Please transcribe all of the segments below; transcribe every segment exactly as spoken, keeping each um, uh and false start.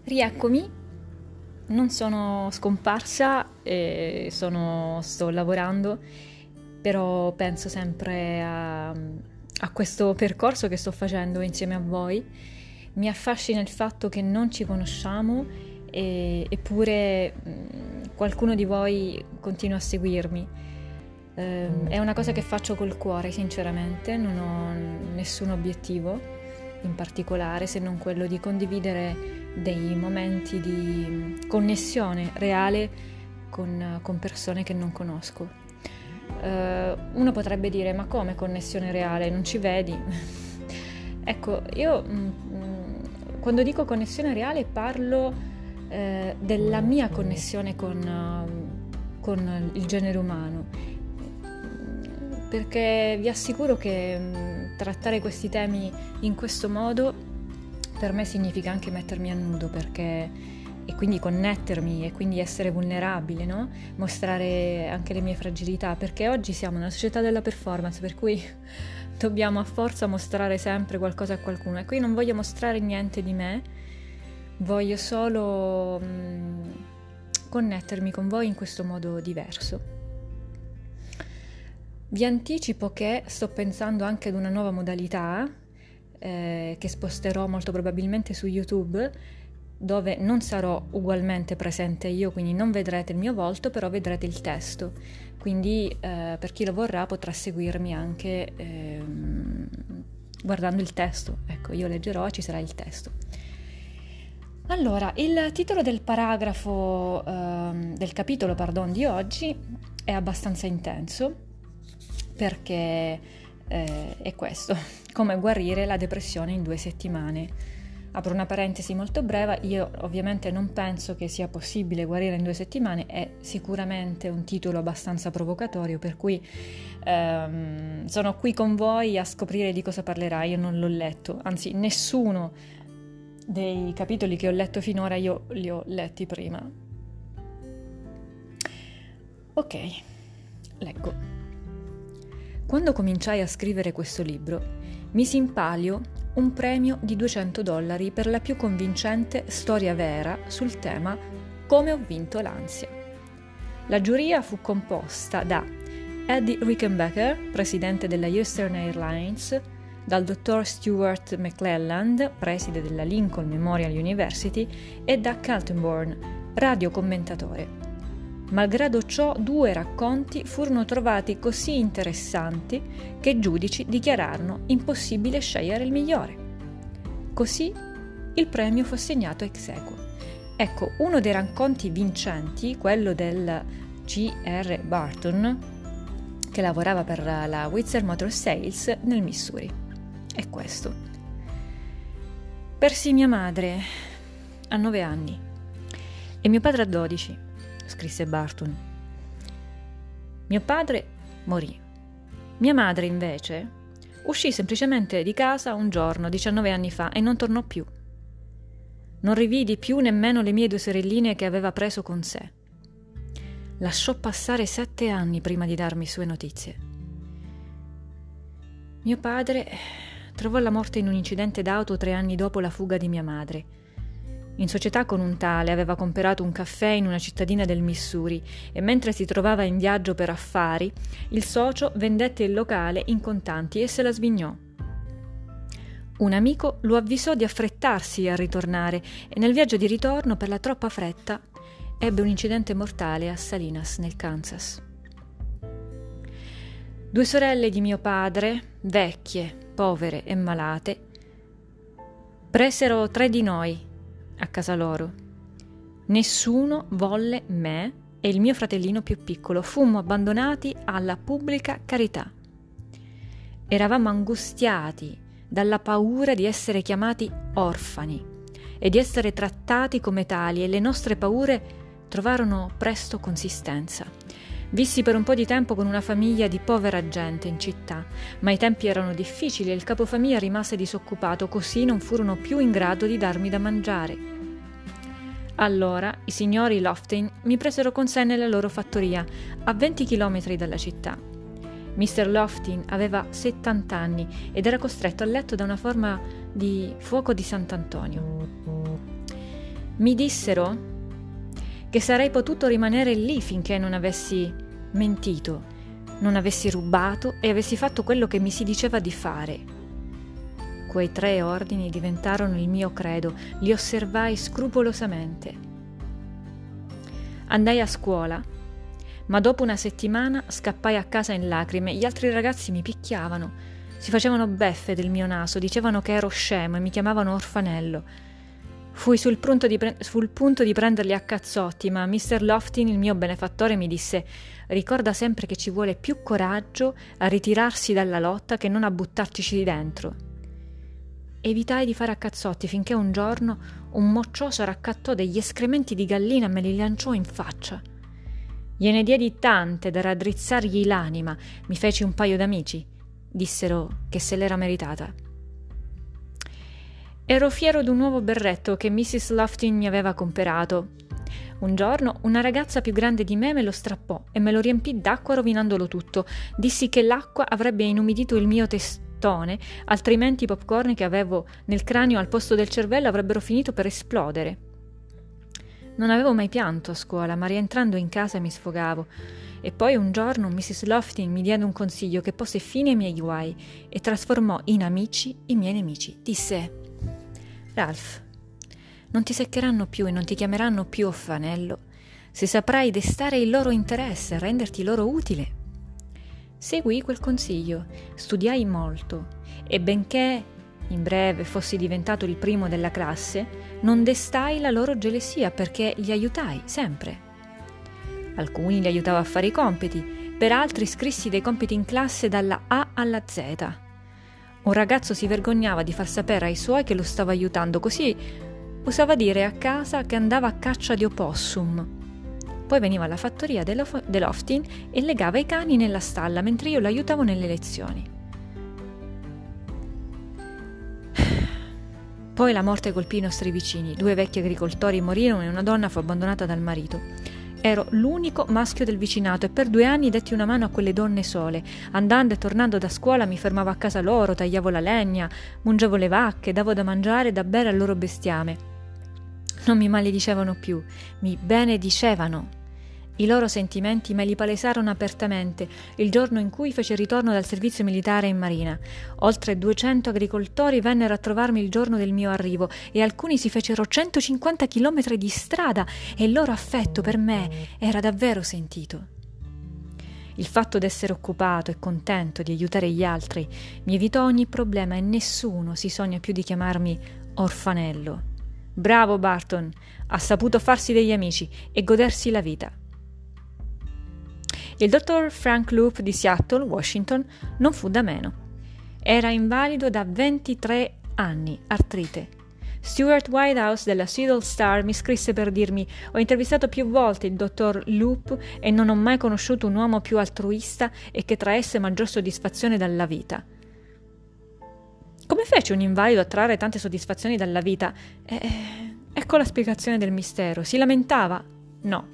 Rieccomi, non sono scomparsa, e sono, sto lavorando, però penso sempre a, a questo percorso che sto facendo insieme a voi. Mi affascina il fatto che non ci conosciamo, e, eppure mh, qualcuno di voi continua a seguirmi. Eh, è una cosa che faccio col cuore, sinceramente, non ho nessun obiettivo in particolare se non quello di condividere dei momenti di connessione reale con, con persone che non conosco. Uh, uno potrebbe dire: ma come connessione reale? Non ci vedi? Ecco, io mh, quando dico connessione reale parlo uh, della mia connessione con, uh, con il genere umano, perché vi assicuro che mh, trattare questi temi in questo modo per me significa anche mettermi a nudo, perché e quindi connettermi e quindi essere vulnerabile, no? Mostrare anche le mie fragilità, perché oggi siamo nella società della performance, per cui dobbiamo a forza mostrare sempre qualcosa a qualcuno, e qui non voglio mostrare niente di me, voglio solo mh, connettermi con voi in questo modo diverso. Vi anticipo che sto pensando anche ad una nuova modalità eh, che sposterò molto probabilmente su YouTube, dove non sarò ugualmente presente io, quindi non vedrete il mio volto, però vedrete il testo. Quindi eh, per chi lo vorrà potrà seguirmi anche eh, guardando il testo. Ecco, io leggerò e ci sarà il testo. Allora, il titolo del paragrafo, eh, del capitolo, pardon, di oggi è abbastanza intenso, perché eh, è questo: come guarire la depressione in due settimane. Apro una parentesi molto breve, io ovviamente non penso che sia possibile guarire in due settimane, è sicuramente un titolo abbastanza provocatorio, per cui ehm, sono qui con voi a scoprire di cosa parlerà. Io non l'ho letto, anzi nessuno dei capitoli che ho letto finora io li ho letti prima. Ok, leggo. Quando cominciai a scrivere questo libro, misi in palio un premio di duecento dollari per la più convincente storia vera sul tema Come ho vinto l'ansia. La giuria fu composta da Eddie Rickenbacker, presidente della Eastern Airlines, dal dottor Stuart McClelland, preside della Lincoln Memorial University, e da Kaltenborn, radiocommentatore. Malgrado ciò, due racconti furono trovati così interessanti che i giudici dichiararono impossibile scegliere il migliore. Così il premio fu assegnato ex aequo. Ecco, uno dei racconti vincenti, quello del G R Barton, che lavorava per la Whistler Motor Sales nel Missouri. È questo. Persi mia madre a nove anni e mio padre a dodici. Scrisse Barton. Mio padre morì. Mia madre, invece, uscì semplicemente di casa un giorno, diciannove anni fa, e non tornò più. Non rividi più nemmeno le mie due sorelline che aveva preso con sé. Lasciò passare sette anni prima di darmi sue notizie. Mio padre trovò la morte in un incidente d'auto tre anni dopo la fuga di mia madre. In società con un tale aveva comprato un caffè in una cittadina del Missouri e mentre si trovava in viaggio per affari, il socio vendette il locale in contanti e se la svignò. Un amico lo avvisò di affrettarsi a ritornare e nel viaggio di ritorno, per la troppa fretta, ebbe un incidente mortale a Salinas, nel Kansas. Due sorelle di mio padre, vecchie, povere e malate, presero tre di noi a casa loro. Nessuno volle me e il mio fratellino più piccolo. Fummo abbandonati alla pubblica carità. Eravamo angustiati dalla paura di essere chiamati orfani e di essere trattati come tali, e le nostre paure trovarono presto consistenza. Vissi per un po' di tempo con una famiglia di povera gente in città, ma i tempi erano difficili e il capofamiglia rimase disoccupato, così non furono più in grado di darmi da mangiare. Allora i signori Loftin mi presero con sé nella loro fattoria, a venti chilometri dalla città. mister Loftin aveva settanta anni ed era costretto a letto da una forma di fuoco di Sant'Antonio. Mi dissero che sarei potuto rimanere lì finché non avessi mentito, non avessi rubato e avessi fatto quello che mi si diceva di fare. Quei tre ordini diventarono il mio credo, li osservai scrupolosamente. Andai a scuola, ma dopo una settimana scappai a casa in lacrime. Gli altri ragazzi mi picchiavano, si facevano beffe del mio naso, dicevano che ero scemo e mi chiamavano orfanello. Fui sul punto di, pre- sul punto di prenderli a cazzotti, ma mister Loftin, il mio benefattore, mi disse: ricorda sempre che ci vuole più coraggio a ritirarsi dalla lotta che non a buttartici dentro. Evitai di fare a cazzotti finché un giorno un moccioso raccattò degli escrementi di gallina e me li lanciò in faccia. Gliene diedi tante da raddrizzargli l'anima, mi feci un paio d'amici. Dissero che se l'era meritata. Ero fiero d'un nuovo berretto che missus Loftin mi aveva comperato. Un giorno una ragazza più grande di me me lo strappò e me lo riempì d'acqua rovinandolo tutto. Dissi che l'acqua avrebbe inumidito il mio testone, altrimenti i popcorn che avevo nel cranio al posto del cervello avrebbero finito per esplodere. Non avevo mai pianto a scuola, ma rientrando in casa mi sfogavo. E poi un giorno missus Loftin mi diede un consiglio che pose fine ai miei guai e trasformò in amici i miei nemici. Disse: Ralph, non ti seccheranno più e non ti chiameranno più orfanello se saprai destare il loro interesse e renderti loro utile. Seguii quel consiglio, studiai molto e benché in breve fossi diventato il primo della classe, non destai la loro gelosia perché li aiutai sempre. Alcuni li aiutavo a fare i compiti, per altri scrissi dei compiti in classe dalla A alla Z. Un ragazzo si vergognava di far sapere ai suoi che lo stava aiutando, così usava dire a casa che andava a caccia di opossum. Poi veniva alla fattoria dell'Oftin e legava i cani nella stalla mentre io l'aiutavo nelle lezioni. Poi la morte colpì i nostri vicini. Due vecchi agricoltori morirono e una donna fu abbandonata dal marito. Ero l'unico maschio del vicinato e per due anni detti una mano a quelle donne sole. Andando e tornando da scuola mi fermavo a casa loro, tagliavo la legna, mungevo le vacche, davo da mangiare e da bere al loro bestiame. Non mi maledicevano più, mi benedicevano. I loro sentimenti me li palesarono apertamente il giorno in cui fece ritorno dal servizio militare in marina. Oltre duecento agricoltori vennero a trovarmi il giorno del mio arrivo e alcuni si fecero centocinquanta chilometri di strada e il loro affetto per me era davvero sentito. Il fatto d'essere occupato e contento di aiutare gli altri mi evitò ogni problema e nessuno si sogna più di chiamarmi orfanello. Bravo Barton, ha saputo farsi degli amici e godersi la vita. Il dottor Frank Loop di Seattle, Washington, non fu da meno. Era invalido da ventitré anni, artrite. Stuart Whitehouse della Seattle Star mi scrisse per dirmi: ho intervistato più volte il dottor Loop e non ho mai conosciuto un uomo più altruista e che traesse maggior soddisfazione dalla vita. Come fece un invalido a trarre tante soddisfazioni dalla vita? Eh, ecco la spiegazione del mistero. Si lamentava? No.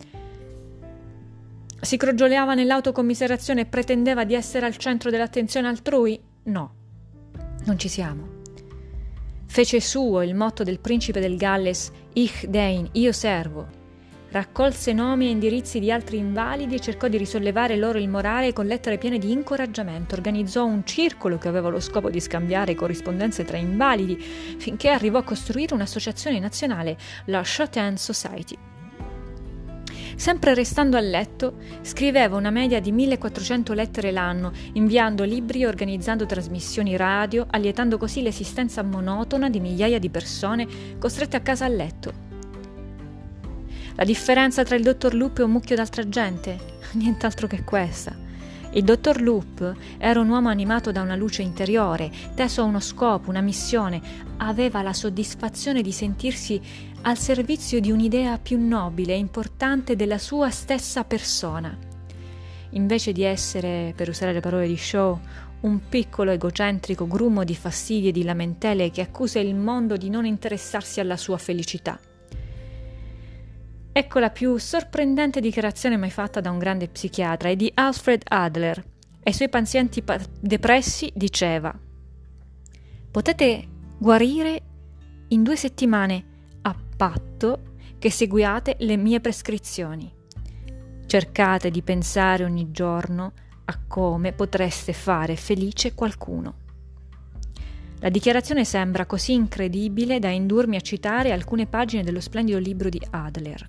Si crogioleava nell'autocommiserazione e pretendeva di essere al centro dell'attenzione altrui? No, non ci siamo. Fece suo il motto del principe del Galles, Ich dein, io servo. Raccolse nomi e indirizzi di altri invalidi e cercò di risollevare loro il morale con lettere piene di incoraggiamento. Organizzò un circolo che aveva lo scopo di scambiare corrispondenze tra invalidi, finché arrivò a costruire un'associazione nazionale, la Chautauqua Society. Sempre restando a letto, scriveva una media di millequattrocento lettere l'anno, inviando libri e organizzando trasmissioni radio, allietando così l'esistenza monotona di migliaia di persone costrette a casa a letto. La differenza tra il dottor Loop e un mucchio d'altra gente? Nient'altro che questa. Il dottor Loop era un uomo animato da una luce interiore, teso a uno scopo, una missione. Aveva la soddisfazione di sentirsi al servizio di un'idea più nobile e importante della sua stessa persona. Invece di essere, per usare le parole di Shaw, un piccolo egocentrico grumo di fastidi e di lamentele che accusa il mondo di non interessarsi alla sua felicità. Ecco la più sorprendente dichiarazione mai fatta da un grande psichiatra, è di Alfred Adler. Ai suoi pazienti pa- depressi diceva: potete guarire in due settimane a patto che seguiate le mie prescrizioni. Cercate di pensare ogni giorno a come potreste fare felice qualcuno. La dichiarazione sembra così incredibile da indurmi a citare alcune pagine dello splendido libro di Adler.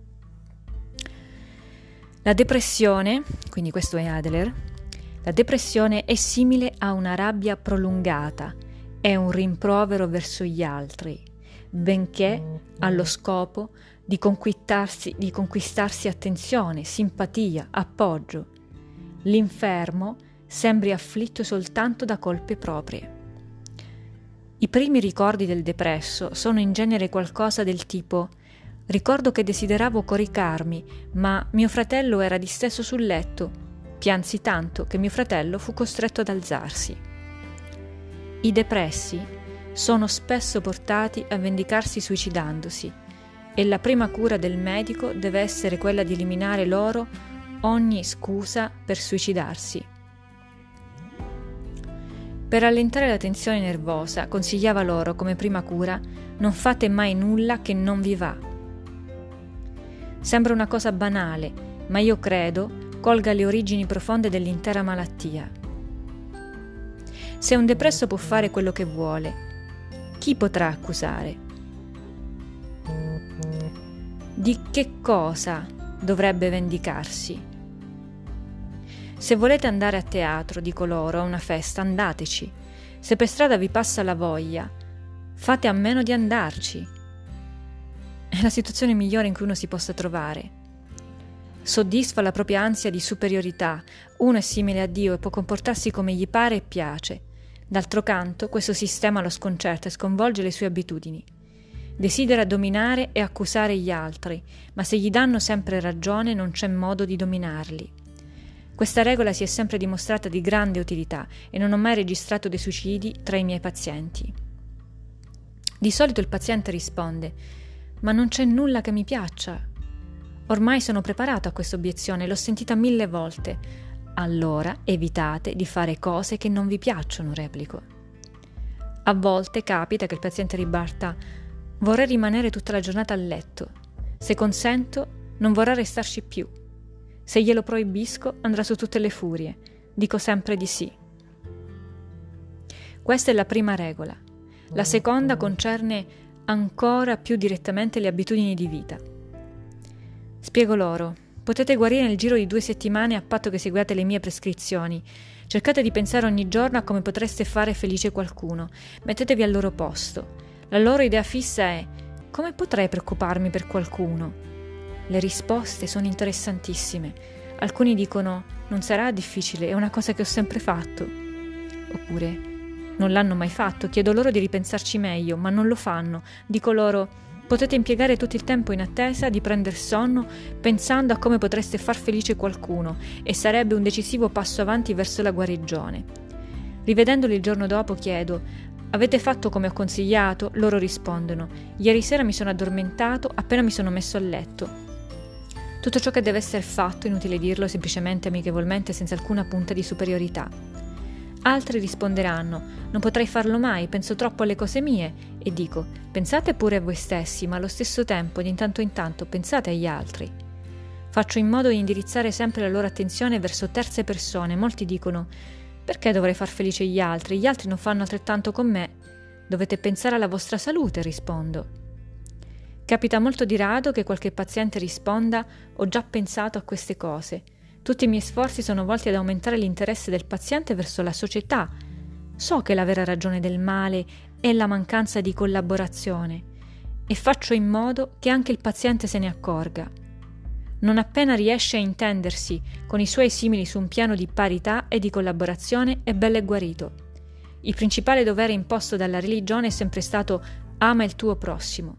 La depressione, quindi questo è Adler, la depressione è simile a una rabbia prolungata, è un rimprovero verso gli altri, benché ha lo scopo di conquistarsi, di conquistarsi attenzione, simpatia, appoggio. L'infermo sembri afflitto soltanto da colpe proprie. I primi ricordi del depresso sono in genere qualcosa del tipo: ricordo che desideravo coricarmi, ma mio fratello era disteso sul letto. Piansi tanto che mio fratello fu costretto ad alzarsi. I depressi sono spesso portati a vendicarsi suicidandosi, e la prima cura del medico deve essere quella di eliminare loro ogni scusa per suicidarsi. Per allentare la tensione nervosa, consigliava loro come prima cura: non fate mai nulla che non vi va. Sembra una cosa banale, ma io credo colga le origini profonde dell'intera malattia. Se un depresso può fare quello che vuole, chi potrà accusare? Di che cosa dovrebbe vendicarsi? Se volete andare a teatro, dico loro, a una festa, andateci. Se per strada vi passa la voglia, fate a meno di andarci. È la situazione migliore in cui uno si possa trovare. Soddisfa la propria ansia di superiorità, uno è simile a Dio e può comportarsi come gli pare e piace. D'altro canto, questo sistema lo sconcerta e sconvolge le sue abitudini. Desidera dominare e accusare gli altri, ma se gli danno sempre ragione non c'è modo di dominarli. Questa regola si è sempre dimostrata di grande utilità e non ho mai registrato dei suicidi tra i miei pazienti. Di solito il paziente risponde: ma non c'è nulla che mi piaccia. Ormai sono preparato a questa obiezione, l'ho sentita mille volte. Allora evitate di fare cose che non vi piacciono, replico. A volte capita che il paziente ribatta: vorrei rimanere tutta la giornata a letto. Se consento, non vorrà restarci più. Se glielo proibisco, andrà su tutte le furie. Dico sempre di sì. Questa è la prima regola. La seconda concerne ancora più direttamente le abitudini di vita. Spiego loro: potete guarire nel giro di due settimane a patto che seguiate le mie prescrizioni. Cercate di pensare ogni giorno a come potreste fare felice qualcuno. Mettetevi al loro posto. La loro idea fissa è: come potrei preoccuparmi per qualcuno? Le risposte sono interessantissime. Alcuni dicono: non sarà difficile, è una cosa che ho sempre fatto. Oppure: non l'hanno mai fatto, chiedo loro di ripensarci meglio, ma non lo fanno. Dico loro: potete impiegare tutto il tempo in attesa di prendere sonno pensando a come potreste far felice qualcuno, e sarebbe un decisivo passo avanti verso la guarigione. Rivedendoli il giorno dopo chiedo: avete fatto come ho consigliato? Loro rispondono: ieri sera mi sono addormentato appena mi sono messo a letto. Tutto ciò che deve essere fatto, inutile dirlo, semplicemente, amichevolmente, senza alcuna punta di superiorità. Altri risponderanno: non potrei farlo mai, penso troppo alle cose mie. E dico: pensate pure a voi stessi, ma allo stesso tempo, di tanto in tanto, pensate agli altri. Faccio in modo di indirizzare sempre la loro attenzione verso terze persone. Molti dicono: perché dovrei far felice gli altri? Gli altri non fanno altrettanto con me. Dovete pensare alla vostra salute, rispondo. Capita molto di rado che qualche paziente risponda: ho già pensato a queste cose. Tutti i miei sforzi sono volti ad aumentare l'interesse del paziente verso la società. So che la vera ragione del male è la mancanza di collaborazione e faccio in modo che anche il paziente se ne accorga. Non appena riesce a intendersi con i suoi simili su un piano di parità e di collaborazione, è bello e guarito. Il principale dovere imposto dalla religione è sempre stato: ama il tuo prossimo.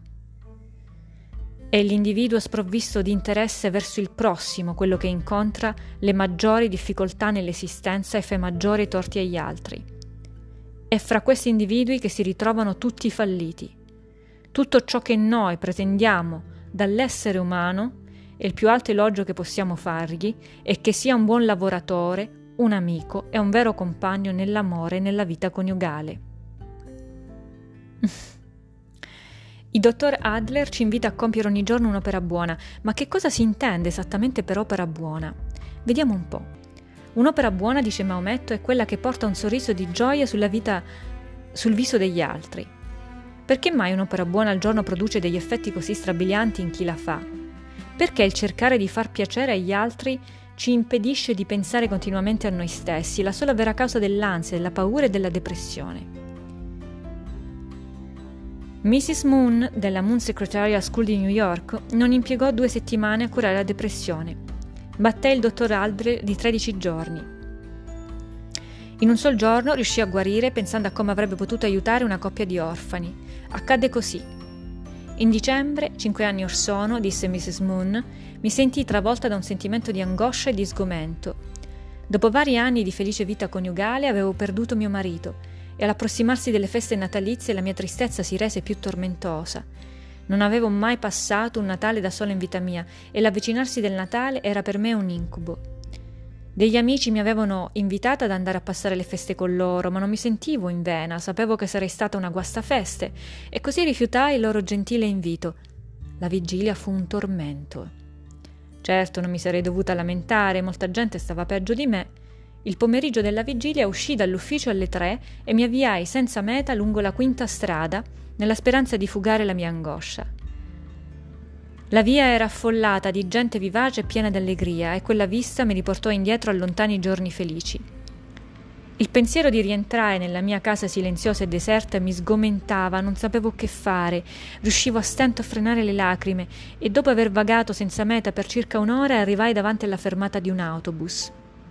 È l'individuo sprovvisto di interesse verso il prossimo quello che incontra le maggiori difficoltà nell'esistenza e fa i maggiori torti agli altri. È fra questi individui che si ritrovano tutti i falliti. Tutto ciò che noi pretendiamo dall'essere umano, e il più alto elogio che possiamo fargli, è che sia un buon lavoratore, un amico e un vero compagno nell'amore e nella vita coniugale. Il dottor Adler ci invita a compiere ogni giorno un'opera buona, ma che cosa si intende esattamente per opera buona? Vediamo un po'. Un'opera buona, dice Maometto, è quella che porta un sorriso di gioia sulla vita, sul viso degli altri. Perché mai un'opera buona al giorno produce degli effetti così strabilianti in chi la fa? Perché il cercare di far piacere agli altri ci impedisce di pensare continuamente a noi stessi, la sola vera causa dell'ansia, della paura e della depressione? missus Moon, della Moon Secretarial School di New York, non impiegò due settimane a curare la depressione. Batté il dottor Adler di tredici giorni. In un sol giorno riuscì a guarire pensando a come avrebbe potuto aiutare una coppia di orfani. Accadde così. In dicembre, cinque anni or sono, disse missus Moon, mi sentii travolta da un sentimento di angoscia e di sgomento. Dopo vari anni di felice vita coniugale avevo perduto mio marito e all'approssimarsi delle feste natalizie la mia tristezza si rese più tormentosa. Non avevo mai passato un Natale da sola in vita mia e l'avvicinarsi del Natale era per me un incubo. Degli amici mi avevano invitata ad andare a passare le feste con loro, ma non mi sentivo in vena, sapevo che sarei stata una guastafeste e così rifiutai il loro gentile invito. La vigilia fu un tormento. Certo, non mi sarei dovuta lamentare, molta gente stava peggio di me. Il pomeriggio della vigilia uscii dall'ufficio alle tre e mi avviai senza meta lungo la quinta strada, nella speranza di fugare la mia angoscia. La via era affollata di gente vivace e piena d'allegria e quella vista mi riportò indietro a lontani giorni felici. Il pensiero di rientrare nella mia casa silenziosa e deserta mi sgomentava, non sapevo che fare, riuscivo a stento a frenare le lacrime e dopo aver vagato senza meta per circa un'ora arrivai davanti alla fermata di un autobus.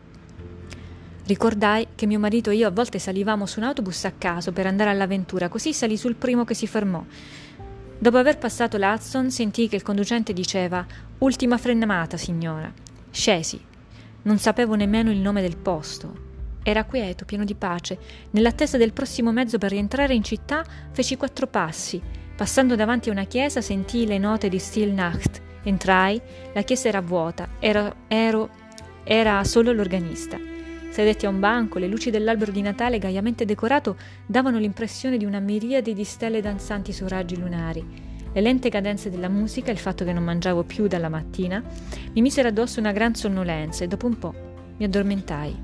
Ricordai che mio marito e io a volte salivamo su un autobus a caso per andare all'avventura, così salì sul primo che si fermò. Dopo aver passato l'Hudson sentii che il conducente diceva «Ultima fermata, signora». Scesi. Non sapevo nemmeno il nome del posto. Era quieto, pieno di pace. Nell'attesa del prossimo mezzo per rientrare in città feci quattro passi. Passando davanti a una chiesa sentii le note di Stille Nacht. Entrai, la chiesa era vuota, ero, ero, era solo l'organista. Sedetti a un banco, le luci dell'albero di Natale gaiamente decorato davano l'impressione di una miriade di stelle danzanti su raggi lunari. Le lente cadenze della musica, il fatto che non mangiavo più dalla mattina, mi misero addosso una gran sonnolenza e dopo un po' mi addormentai.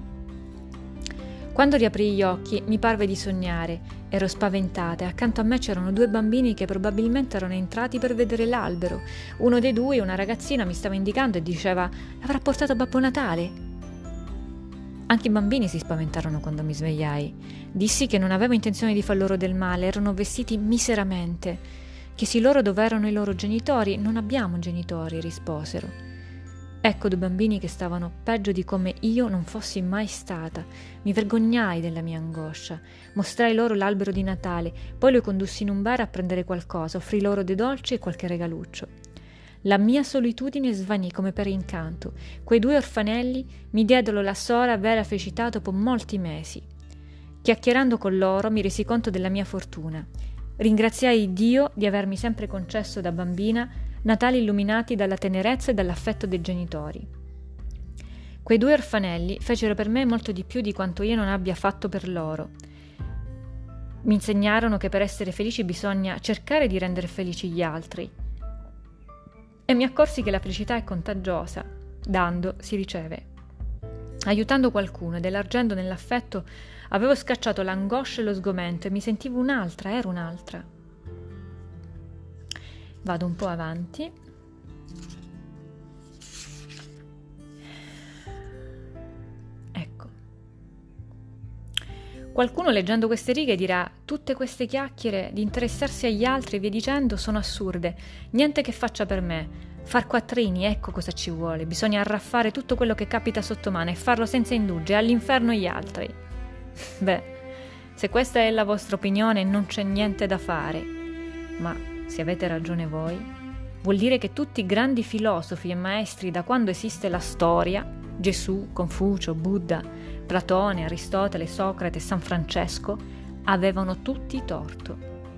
Quando riaprii gli occhi mi parve di sognare, ero spaventata e accanto a me c'erano due bambini che probabilmente erano entrati per vedere l'albero. Uno dei due, una ragazzina, mi stava indicando e diceva «L'avrà portato Babbo Natale?» Anche i bambini si spaventarono quando mi svegliai. Dissi che non avevo intenzione di far loro del male, erano vestiti miseramente. Chiesi loro dove erano i loro genitori. Non abbiamo genitori, risposero. Ecco due bambini che stavano peggio di come io non fossi mai stata. Mi vergognai della mia angoscia. Mostrai loro l'albero di Natale, poi li condussi in un bar a prendere qualcosa, offrì loro dei dolci e qualche regaluccio. La mia solitudine svanì come per incanto. Quei due orfanelli mi diedero la sola vera felicità dopo molti mesi. Chiacchierando con loro mi resi conto della mia fortuna. Ringraziai Dio di avermi sempre concesso da bambina Natali illuminati dalla tenerezza e dall'affetto dei genitori. Quei due orfanelli fecero per me molto di più di quanto io non abbia fatto per loro. Mi insegnarono che per essere felici bisogna cercare di rendere felici gli altri. E mi accorsi che la felicità è contagiosa. Dando si riceve. Aiutando qualcuno ed elargendo nell'affetto avevo scacciato l'angoscia e lo sgomento e mi sentivo un'altra, ero un'altra. Vado un po' avanti. Ecco. Qualcuno leggendo queste righe dirà: tutte queste chiacchiere di interessarsi agli altri e via dicendo sono assurde, niente che faccia per me. Far quattrini, ecco cosa ci vuole, bisogna arraffare tutto quello che capita sotto mano e farlo senza indugi, all'inferno gli altri. Beh, se questa è la vostra opinione non c'è niente da fare, ma se avete ragione voi, vuol dire che tutti i grandi filosofi e maestri da quando esiste la storia, Gesù, Confucio, Buddha, Platone, Aristotele, Socrate e San Francesco, avevano tutti torto.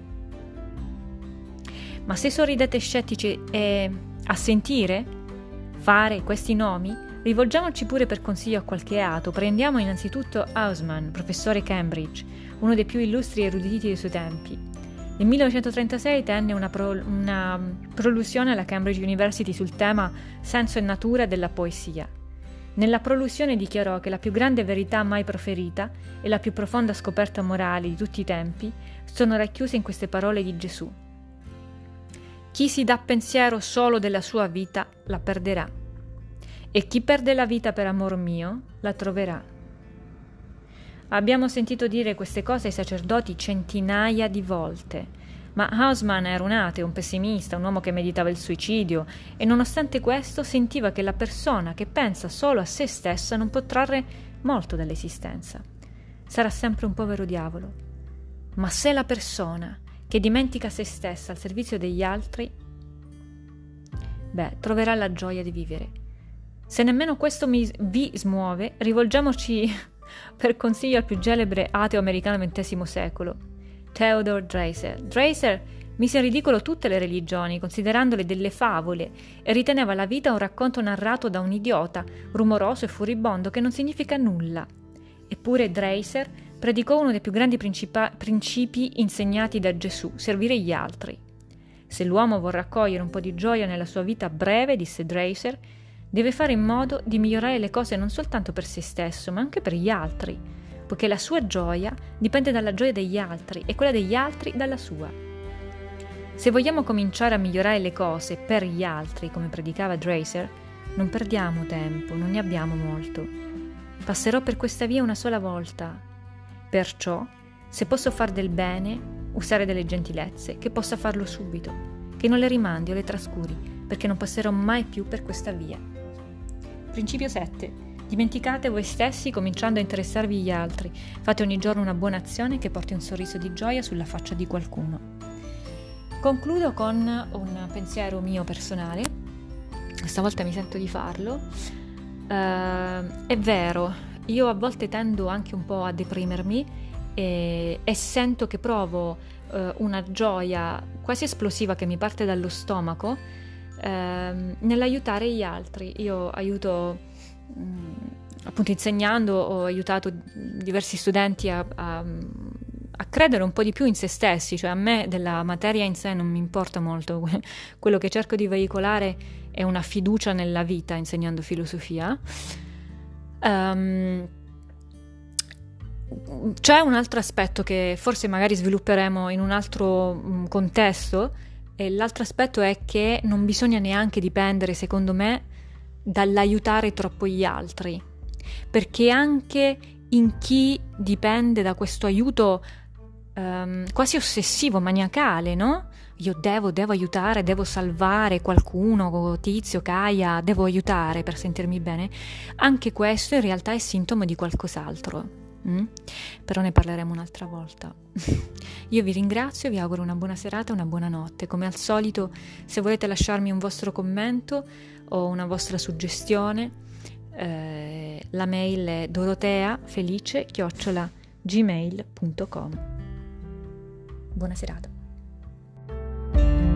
Ma se sorridete scettici e a sentire, fare questi nomi, rivolgiamoci pure per consiglio a qualche ato. Prendiamo innanzitutto Hausmann, professore Cambridge, uno dei più illustri eruditi dei suoi tempi. Nel millenovecentotrentasei tenne una, pro, una prolusione alla Cambridge University sul tema senso e natura della poesia. Nella prolusione dichiarò che la più grande verità mai proferita e la più profonda scoperta morale di tutti i tempi sono racchiuse in queste parole di Gesù. Chi si dà pensiero solo della sua vita la perderà, e chi perde la vita per amor mio la troverà. Abbiamo sentito dire queste cose ai sacerdoti centinaia di volte, ma Haussmann era un ateo, un pessimista, un uomo che meditava il suicidio e nonostante questo sentiva che la persona che pensa solo a se stessa non può trarre molto dall'esistenza. Sarà sempre un povero diavolo. Ma se la persona che dimentica se stessa al servizio degli altri, beh, troverà la gioia di vivere. Se nemmeno questo mi, vi smuove, rivolgiamoci per consiglio al più celebre ateo americano del ventesimo secolo, Theodor Dreiser. Dreiser mise in ridicolo tutte le religioni, considerandole delle favole, e riteneva la vita un racconto narrato da un idiota, rumoroso e furibondo, che non significa nulla. Eppure Dreiser predicò uno dei più grandi principa- principi insegnati da Gesù, servire gli altri. Se l'uomo vorrà raccogliere un po' di gioia nella sua vita breve, disse Dreiser, deve fare in modo di migliorare le cose non soltanto per se stesso, ma anche per gli altri, poiché la sua gioia dipende dalla gioia degli altri e quella degli altri dalla sua. Se vogliamo cominciare a migliorare le cose per gli altri, come predicava Dreiser, non perdiamo tempo, non ne abbiamo molto. Passerò per questa via una sola volta. Perciò, se posso far del bene, usare delle gentilezze, che possa farlo subito, che non le rimandi o le trascuri, perché non passerò mai più per questa via. Principio sette. Dimenticate voi stessi cominciando a interessarvi agli altri. Fate ogni giorno una buona azione che porti un sorriso di gioia sulla faccia di qualcuno. Concludo con un pensiero mio personale. Questa volta mi sento di farlo. Uh, è vero, io a volte tendo anche un po' a deprimermi e, e sento che provo uh, una gioia quasi esplosiva che mi parte dallo stomaco uh, nell'aiutare gli altri. Io aiuto appunto insegnando, ho aiutato diversi studenti a, a, a credere un po' di più in se stessi, cioè a me della materia in sé non mi importa molto, quello che cerco di veicolare è una fiducia nella vita insegnando filosofia. Um, c'è un altro aspetto che forse magari svilupperemo in un altro um, contesto, e l'altro aspetto è che non bisogna neanche dipendere, secondo me, dall'aiutare troppo gli altri, perché anche in chi dipende da questo aiuto um, quasi ossessivo, maniacale, no? Io devo, devo aiutare, devo salvare qualcuno, Tizio, Caia, devo aiutare per sentirmi bene. Anche questo in realtà è sintomo di qualcos'altro. Mm? Però ne parleremo un'altra volta. Io vi ringrazio, vi auguro una buona serata e una buona notte. Come al solito, se volete lasciarmi un vostro commento o una vostra suggestione, eh, la mail è doroteafelice chiocciola gmail punto com. Buona serata.